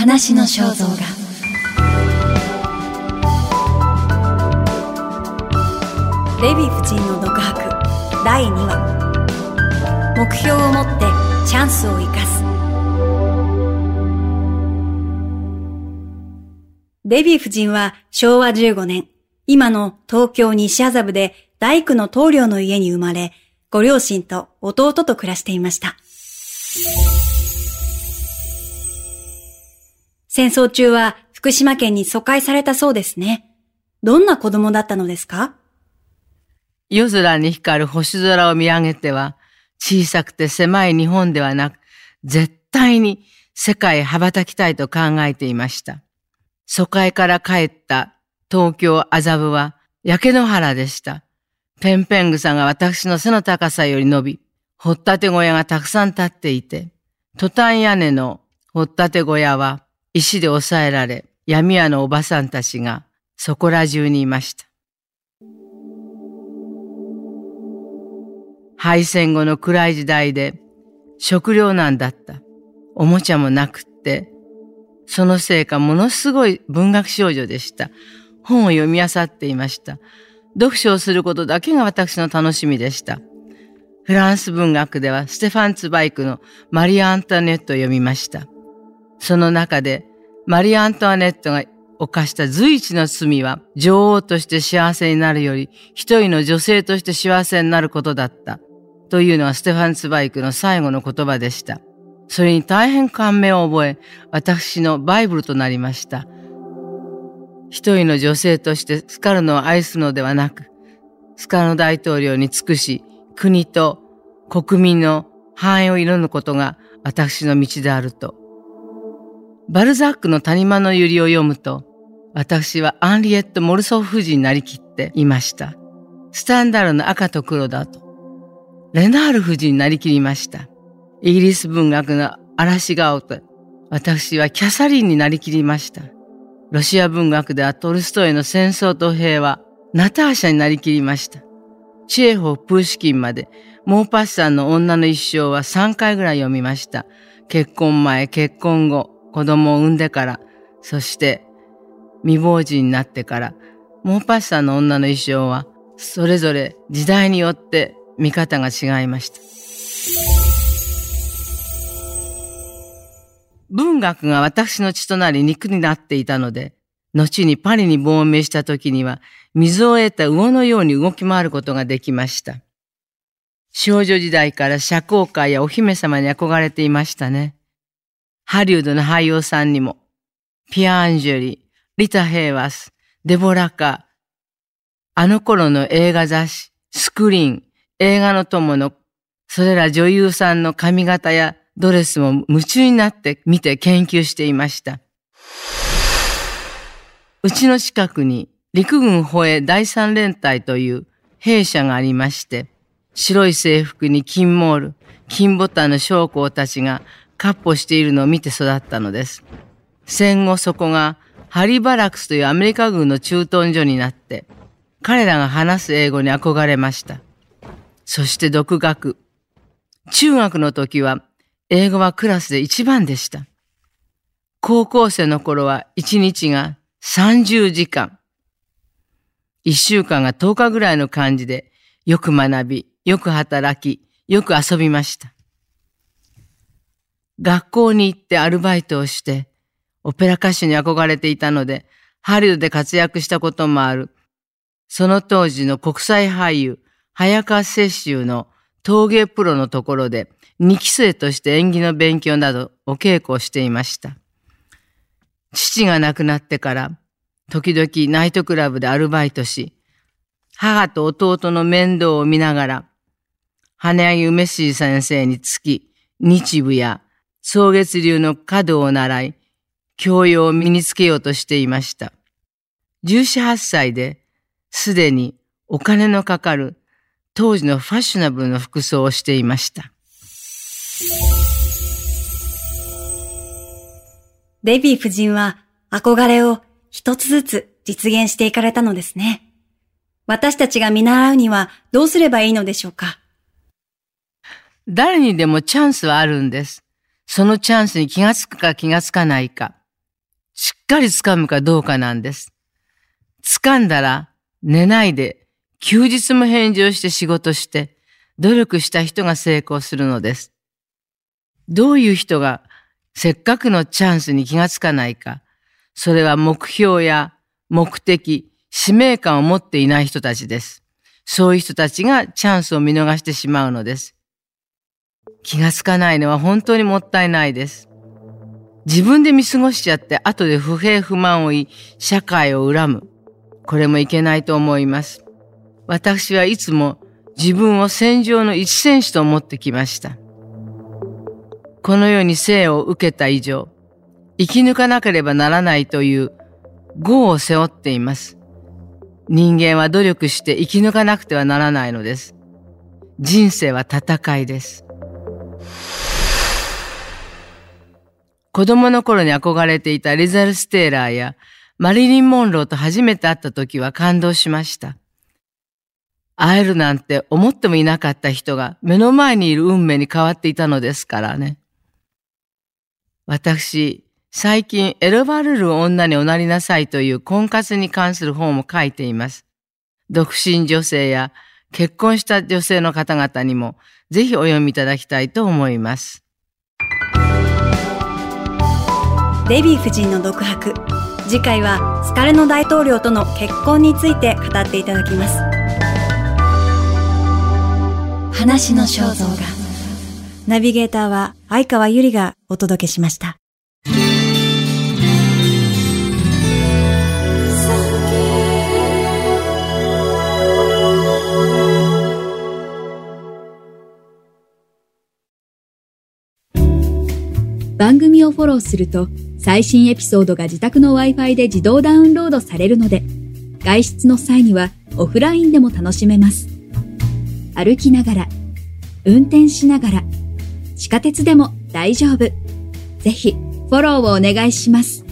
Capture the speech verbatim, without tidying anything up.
話の肖像画。デヴィ夫人の独白だいにわ。目標を持ってチャンスを生かす。デヴィ夫人はしょうわじゅうごねん、今の東京西麻布で大工の棟梁の家に生まれ、ご両親と弟と暮らしていました。戦争中は福島県に疎開されたそうですね。どんな子供だったのですか？ 夜空に光る星空を見上げては、小さくて狭い日本ではなく、絶対に世界へ羽ばたきたいと考えていました。疎開から帰った東京麻布は焼け野原でした。ペンペン草が私の背の高さより伸び、掘ったて小屋がたくさん建っていて、トタン屋根の掘ったて小屋は石で抑えられ、闇屋のおばさんたちがそこら中にいました。敗戦後の暗い時代で食糧難だった。おもちゃもなくって、そのせいかものすごい文学少女でした。本を読み漁っていました。読書をすることだけが私の楽しみでした。フランス文学ではステファン・ツバイクのマリー・アントワネットを読みました。その中でマリー・アントワネットが犯した随一の罪は女王として幸せになるより一人の女性として幸せになることだったというのはステファン・ツバイクの最後の言葉でした。それに大変感銘を覚え、私のバイブルとなりました。一人の女性としてスカルノを愛すのではなく、スカルノ大統領に尽くし、国と国民の繁栄を祈ることが私の道であると。バルザックの谷間の百合を読むと、私はアンリエット・モルソフ夫人になりきっていました。スタンダルの赤と黒だと。レナール夫人になりきりました。イギリス文学の嵐顔と、私はキャサリンになりきりました。ロシア文学ではトルストイの戦争と平和、ナターシャになりきりました。チェーホフ、プーシキンまで、モーパッサンの女の一生はさんかいぐらい読みました。結婚前、結婚後、子供を産んでから、そして未亡人になってから、モーパッサンの女の一生は、それぞれ時代によって見方が違いました。文学が私の血となり肉になっていたので、後にパリに亡命した時には、水を得た魚のように動き回ることができました。少女時代から社交界やお姫様に憧れていましたね。ハリウッドの俳優さんにも、ピア・アンジェリ、リタ・ヘイワス、デボラ・カー、あの頃の映画雑誌、スクリーン、映画の友の、それら女優さんの髪型やドレスも夢中になって見て研究していました。うちの近くに陸軍歩兵だいさん連隊という兵舎がありまして、白い制服に金モール、金ボタンの将校たちが闊歩しているのを見て育ったのです。戦後そこがハリバラクスというアメリカ軍の駐屯所になって、彼らが話す英語に憧れました。そして独学。中学の時は英語はクラスで一番でした。高校生の頃は一日がさんじゅうじかん。一週間がとおかぐらいの感じで、よく学び、よく働き、よく遊びました。学校に行ってアルバイトをして、オペラ歌手に憧れていたので、ハリウッドで活躍したこともある。その当時の国際俳優、早川雪舟の陶芸プロのところで、にき生として演技の勉強などお稽古をしていました。父が亡くなってから、時々ナイトクラブでアルバイトし、母と弟の面倒を見ながら、羽柳梅水先生につき、日舞や草月流の華道を習い、教養を身につけようとしていました。じゅうよん、はっさいですでにお金のかかる当時のファッショナブルの服装をしていました。 デヴィ夫人は憧れを一つずつ実現していかれたのですね。私たちが見習うにはどうすればいいのでしょうか？ 誰にでもチャンスはあるんです。そのチャンスに気がつくか気がつかないか。 しっかり掴むかどうかなんです。掴んだら寝ないで休日も返上して仕事して努力した人が成功するのです。どういう人がせっかくのチャンスに気がつかないか。それは目標や目的、使命感を持っていない人たちです。そういう人たちがチャンスを見逃してしまうのです。気がつかないのは本当にもったいないです。自分で見過ごしちゃって後で不平不満を言い、社会を恨む。これもいけないと思います。私はいつも自分を戦場の一戦士と思ってきました。この世に生を受けた以上、生き抜かなければならないという業を背負っています。人間は努力して生き抜かなくてはならないのです。人生は戦いです。子供の頃に憧れていたリザル・ステーラーやマリリン・モンローと初めて会った時は感動しました。会えるなんて思ってもいなかった人が目の前にいる運命に変わっていたのですからね。私、最近選ばれる女におなりなさいという婚活に関する本を書いています。独身女性や結婚した女性の方々にもぜひお読みいただきたいと思います。 デヴィ夫人の独白。次回はスカルノ大統領との結婚について語っていただきます。話の肖像画。ナビゲーターは相川ゆりがお届けしました。 番組をフォローすると最新エピソードが自宅の Wi-Fi で自動ダウンロードされるので、外出の際にはオフラインでも楽しめます。歩きながら、運転しながら、地下鉄でも大丈夫。ぜひフォローをお願いします。